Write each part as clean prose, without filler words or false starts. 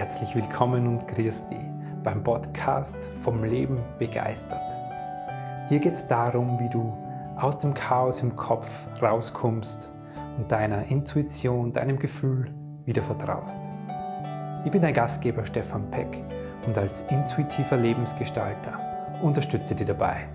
Herzlich willkommen und grüß dich beim Podcast Vom Leben begeistert. Hier geht es darum, wie du aus dem Chaos im Kopf rauskommst und deiner Intuition, deinem Gefühl wieder vertraust. Ich bin dein Gastgeber Stefan Peck und als intuitiver Lebensgestalter unterstütze dich dabei.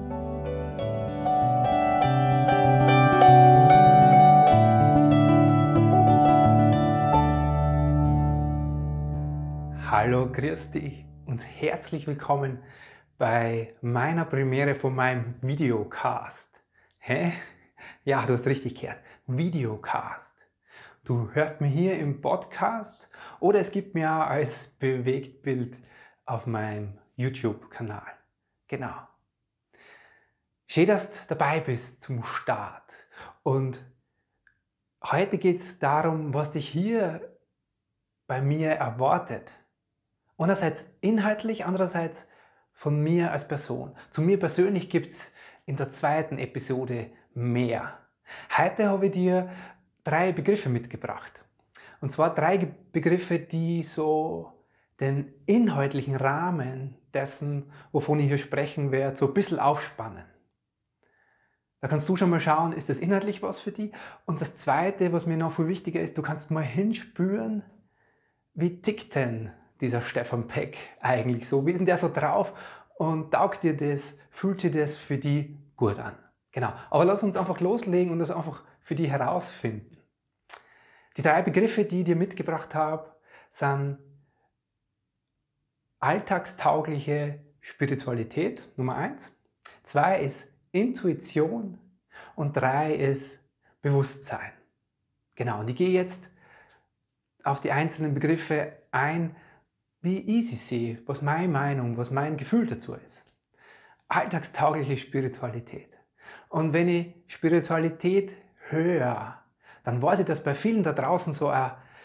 Hallo, grüß dich und herzlich willkommen bei meiner Premiere von meinem Videocast. Hä? Ja, du hast richtig gehört. Videocast. Du hörst mir hier im Podcast oder es gibt mir auch als Bewegtbild auf meinem YouTube-Kanal. Genau. Schön, dass du dabei bist zum Start. Und heute geht es darum, was dich hier bei mir erwartet. Einerseits inhaltlich, andererseits von mir als Person. Zu mir persönlich gibt es in der zweiten Episode mehr. Heute habe ich dir 3 Begriffe mitgebracht. Und zwar 3 Begriffe, die so den inhaltlichen Rahmen dessen, wovon ich hier sprechen werde, so ein bisschen aufspannen. Da kannst du schon mal schauen, ist das inhaltlich was für dich? Und das Zweite, was mir noch viel wichtiger ist, du kannst mal hinspüren, wie tickt denn dieser Stefan Peck eigentlich so? Wie ist denn der so drauf? Und taugt dir das? Fühlt sich das für die gut an? Genau. Aber lass uns einfach loslegen und das einfach für die herausfinden. Die 3 Begriffe, die ich dir mitgebracht habe, sind alltagstaugliche Spiritualität, Nummer 1. 2 ist Intuition und 3 ist Bewusstsein. Genau. Und ich gehe jetzt auf die einzelnen Begriffe ein, wie ich sie sehe, was meine Meinung, was mein Gefühl dazu ist. Alltagstaugliche Spiritualität. Und wenn ich Spiritualität höre, dann weiß ich, dass bei vielen da draußen so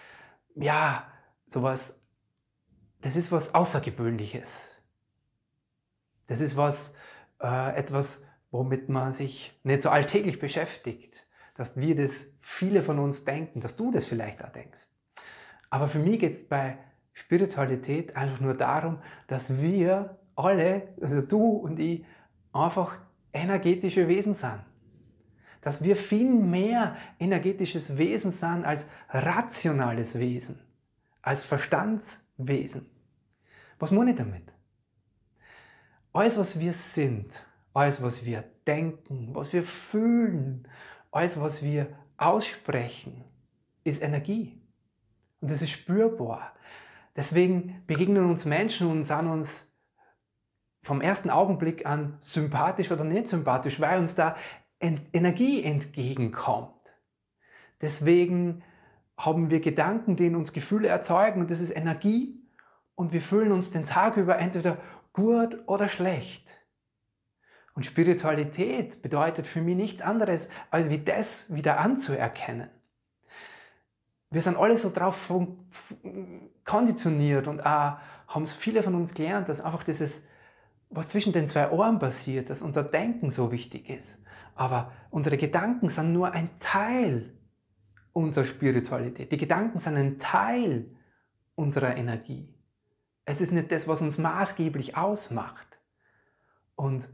sowas, das ist was Außergewöhnliches. Das ist etwas, womit man sich nicht so alltäglich beschäftigt. Dass viele von uns denken, dass du das vielleicht auch denkst. Aber für mich geht es bei Spiritualität einfach nur darum, dass wir alle, also du und ich, einfach energetische Wesen sind. Dass wir viel mehr energetisches Wesen sind als rationales Wesen, als Verstandswesen. Was meine ich damit? Alles, was wir sind, alles, was wir denken, was wir fühlen, alles, was wir aussprechen, ist Energie. Und das ist spürbar. Deswegen begegnen uns Menschen und sind uns vom ersten Augenblick an sympathisch oder nicht sympathisch, weil uns da Energie entgegenkommt. Deswegen haben wir Gedanken, die in uns Gefühle erzeugen und das ist Energie und wir fühlen uns den Tag über entweder gut oder schlecht. Und Spiritualität bedeutet für mich nichts anderes, als wie das wieder anzuerkennen. Wir sind alle so drauf konditioniert und auch haben es viele von uns gelernt, dass einfach dieses, was zwischen den 2 Ohren passiert, dass unser Denken so wichtig ist. Aber unsere Gedanken sind nur ein Teil unserer Spiritualität. Die Gedanken sind ein Teil unserer Energie. Es ist nicht das, was uns maßgeblich ausmacht. Und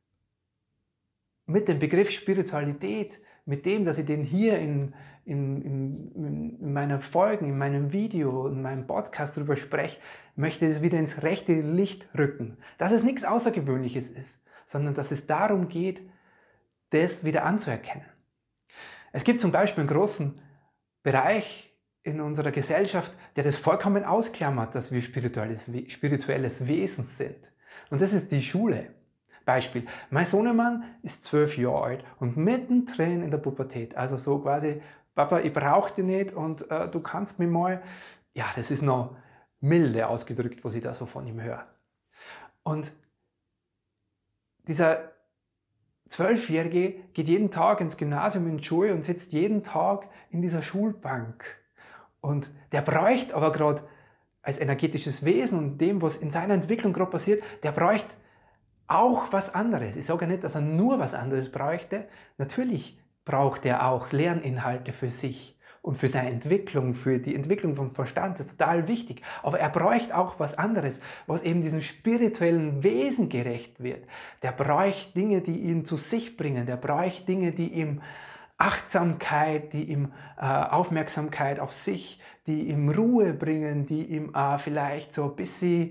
mit dem Begriff Spiritualität, mit dem, dass ich den hier in meinen Folgen, in meinem Video, in meinem Podcast darüber spreche, möchte ich es wieder ins rechte Licht rücken. Dass es nichts Außergewöhnliches ist, sondern dass es darum geht, das wieder anzuerkennen. Es gibt zum Beispiel einen großen Bereich in unserer Gesellschaft, der das vollkommen ausklammert, dass wir spirituelles Wesen sind. Und das ist die Schule. Beispiel, mein Sohnemann ist 12 Jahre alt und mittendrin in der Pubertät. Also so quasi, Papa, ich brauche dich nicht und du kannst mich mal. Ja, das ist noch milde ausgedrückt, was ich da so von ihm höre. Und dieser 12-Jährige geht jeden Tag ins Gymnasium, in die Schule und sitzt jeden Tag in dieser Schulbank. Und der bräuchte aber gerade als energetisches Wesen und dem, was in seiner Entwicklung gerade passiert, der bräuchte auch was anderes. Ich sage ja nicht, dass er nur was anderes bräuchte. Natürlich braucht er auch Lerninhalte für sich, und für seine Entwicklung, für die Entwicklung vom Verstand, das ist total wichtig. Aber er bräuchte auch was anderes, was eben diesem spirituellen Wesen gerecht wird. Der bräuchte Dinge, die ihn zu sich bringen. Der bräuchte Dinge, die ihm Achtsamkeit, die ihm Aufmerksamkeit auf sich, die ihm Ruhe bringen, die ihm vielleicht so ein bisschen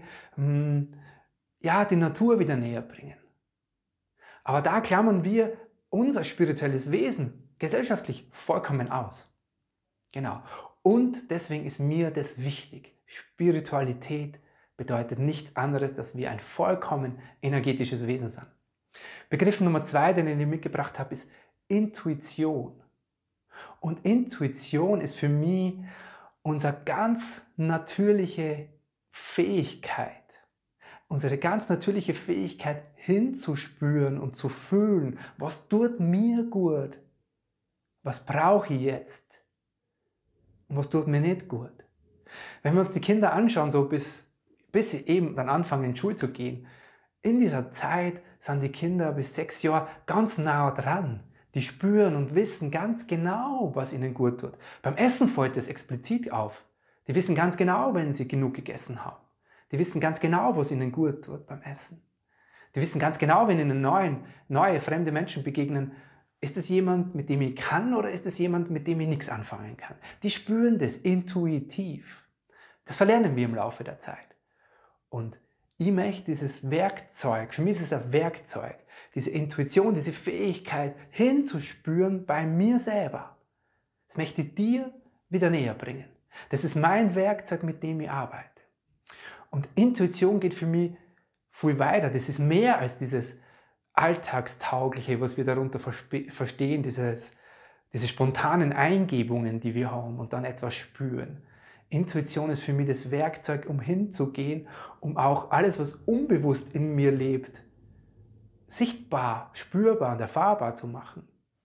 die Natur wieder näher bringen. Aber da klammern wir unser spirituelles Wesen gesellschaftlich vollkommen aus. Genau. Und deswegen ist mir das wichtig. Spiritualität bedeutet nichts anderes, dass wir ein vollkommen energetisches Wesen sind. Begriff Nummer 2, den ich mitgebracht habe, ist Intuition. Und Intuition ist für mich unsere ganz natürliche Fähigkeit. Unsere ganz natürliche Fähigkeit hinzuspüren und zu fühlen, was tut mir gut, was brauche ich jetzt und was tut mir nicht gut. Wenn wir uns die Kinder anschauen, so bis sie eben dann anfangen in die Schule zu gehen, in dieser Zeit sind die Kinder bis 6 Jahre ganz nah dran. Die spüren und wissen ganz genau, was ihnen gut tut. Beim Essen fällt das explizit auf. Die wissen ganz genau, wenn sie genug gegessen haben. Die wissen ganz genau, was ihnen gut tut beim Essen. Die wissen ganz genau, wenn ihnen neue, fremde Menschen begegnen, ist es jemand, mit dem ich kann oder ist es jemand, mit dem ich nichts anfangen kann. Die spüren das intuitiv. Das verlernen wir im Laufe der Zeit. Und ich möchte dieses Werkzeug, für mich ist es ein Werkzeug, diese Intuition, diese Fähigkeit hinzuspüren bei mir selber. Das möchte ich dir wieder näher bringen. Das ist mein Werkzeug, mit dem ich arbeite. Und Intuition geht für mich viel weiter. Das ist mehr als dieses Alltagstaugliche, was wir darunter verstehen, diese spontanen Eingebungen, die wir haben und dann etwas spüren. Intuition ist für mich das Werkzeug, um hinzugehen, um auch alles, was unbewusst in mir lebt, sichtbar, spürbar und erfahrbar zu machen.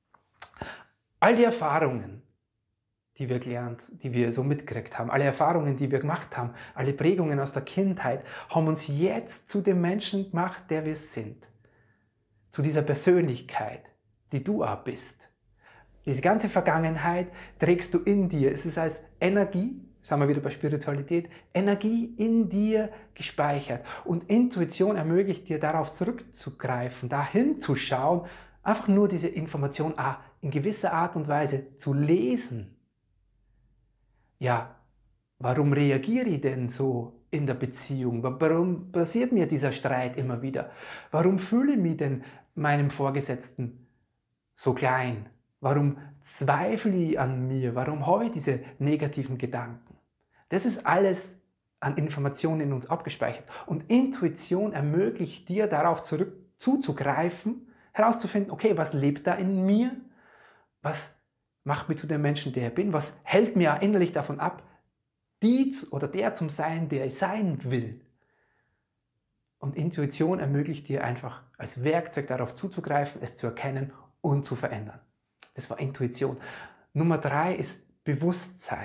All die Erfahrungen, die wir gelernt, die wir so mitgekriegt haben, alle Erfahrungen, die wir gemacht haben, alle Prägungen aus der Kindheit, haben uns jetzt zu dem Menschen gemacht, der wir sind. Zu dieser Persönlichkeit, die du auch bist. Diese ganze Vergangenheit trägst du in dir. Es ist als Energie, sagen wir wieder bei Spiritualität, Energie in dir gespeichert. Und Intuition ermöglicht dir, darauf zurückzugreifen, dahin zu schauen, einfach nur diese Information in gewisser Art und Weise zu lesen. Ja, warum reagiere ich denn so in der Beziehung? Warum passiert mir dieser Streit immer wieder? Warum fühle ich mich denn meinem Vorgesetzten so klein? Warum zweifle ich an mir? Warum habe ich diese negativen Gedanken? Das ist alles an Informationen in uns abgespeichert. Und Intuition ermöglicht dir, darauf zuzugreifen, herauszufinden, okay, was lebt da in mir? Was macht mich zu dem Menschen, der ich bin? Was hält mir innerlich davon ab, die oder der zum Sein, der ich sein will? Und Intuition ermöglicht dir einfach als Werkzeug darauf zuzugreifen, es zu erkennen und zu verändern. Das war Intuition. Nummer 3 ist Bewusstsein.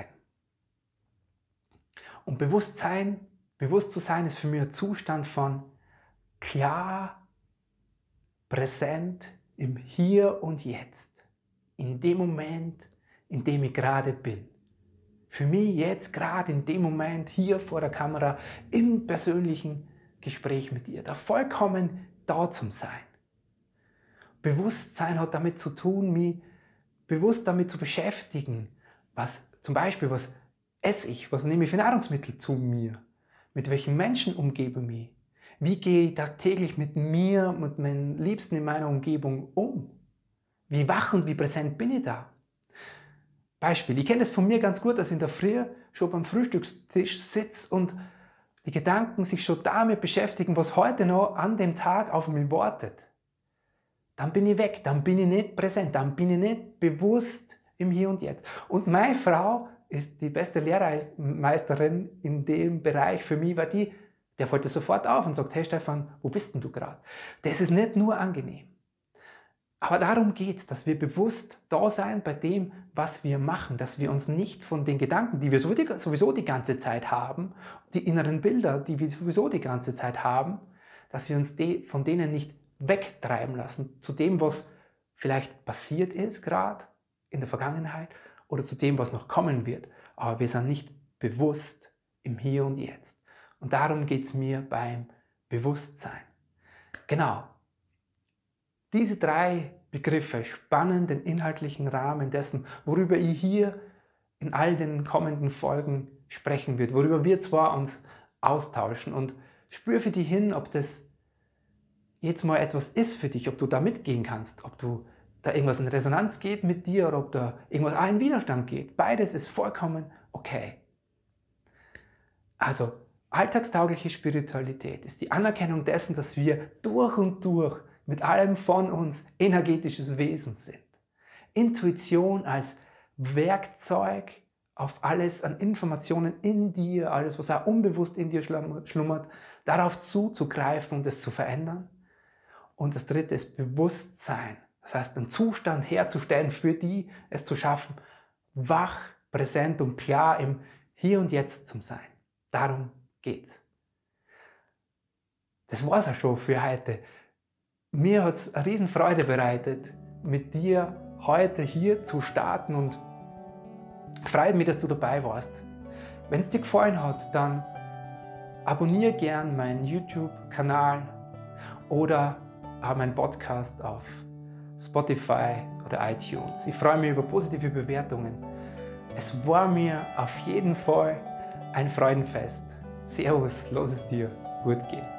Und bewusst zu sein ist für mich ein Zustand von klar, präsent im Hier und Jetzt. In dem Moment, in dem ich gerade bin. Für mich jetzt gerade in dem Moment hier vor der Kamera im persönlichen Gespräch mit dir. Da vollkommen da zum Sein. Bewusstsein hat damit zu tun, mich bewusst damit zu beschäftigen, was esse ich, was nehme ich für Nahrungsmittel zu mir, mit welchen Menschen umgebe ich mich, wie gehe ich tagtäglich mit mir, mit meinen Liebsten in meiner Umgebung um, wie wach und wie präsent bin ich da. Beispiel, ich kenne das von mir ganz gut, dass ich in der Früh schon beim Frühstückstisch sitze und die Gedanken sich schon damit beschäftigen, was heute noch an dem Tag auf mich wartet. Dann bin ich weg, dann bin ich nicht präsent, dann bin ich nicht bewusst im Hier und Jetzt. Und meine Frau ist die beste Lehrmeisterin in dem Bereich für mich, weil der fällt sofort auf und sagt, hey Stefan, wo bist denn du gerade? Das ist nicht nur angenehm. Aber darum geht es, dass wir bewusst da sein bei dem, was wir machen, dass wir uns nicht von den Gedanken, die wir sowieso die ganze Zeit haben, die inneren Bilder, die wir sowieso die ganze Zeit haben, dass wir uns von denen nicht wegtreiben lassen, zu dem, was vielleicht passiert ist gerade in der Vergangenheit oder zu dem, was noch kommen wird, aber wir sind nicht bewusst im Hier und Jetzt. Und darum geht es mir beim Bewusstsein. Genau. Diese 3 Begriffe spannen den inhaltlichen Rahmen dessen, worüber ich hier in all den kommenden Folgen sprechen wird, worüber wir zwar uns austauschen, und spür für dich hin, ob das jetzt mal etwas ist für dich, ob du da mitgehen kannst, ob du da irgendwas in Resonanz geht mit dir oder ob da irgendwas auch in Widerstand geht. Beides ist vollkommen okay. Also, alltagstaugliche Spiritualität ist die Anerkennung dessen, dass wir durch und durch mit allem von uns energetisches Wesen sind. Intuition als Werkzeug auf alles an Informationen in dir, alles, was auch unbewusst in dir schlummert, darauf zuzugreifen und es zu verändern. Und das 3. ist Bewusstsein. Das heißt, einen Zustand herzustellen, für die es zu schaffen, wach, präsent und klar im Hier und Jetzt zu sein. Darum geht's. Das war's auch schon für heute. Mir hat es eine Riesenfreude bereitet, mit dir heute hier zu starten, und freut mich, dass du dabei warst. Wenn es dir gefallen hat, dann abonniere gern meinen YouTube-Kanal oder auch meinen Podcast auf Spotify oder iTunes. Ich freue mich über positive Bewertungen. Es war mir auf jeden Fall ein Freudenfest. Servus, lass es dir gut gehen.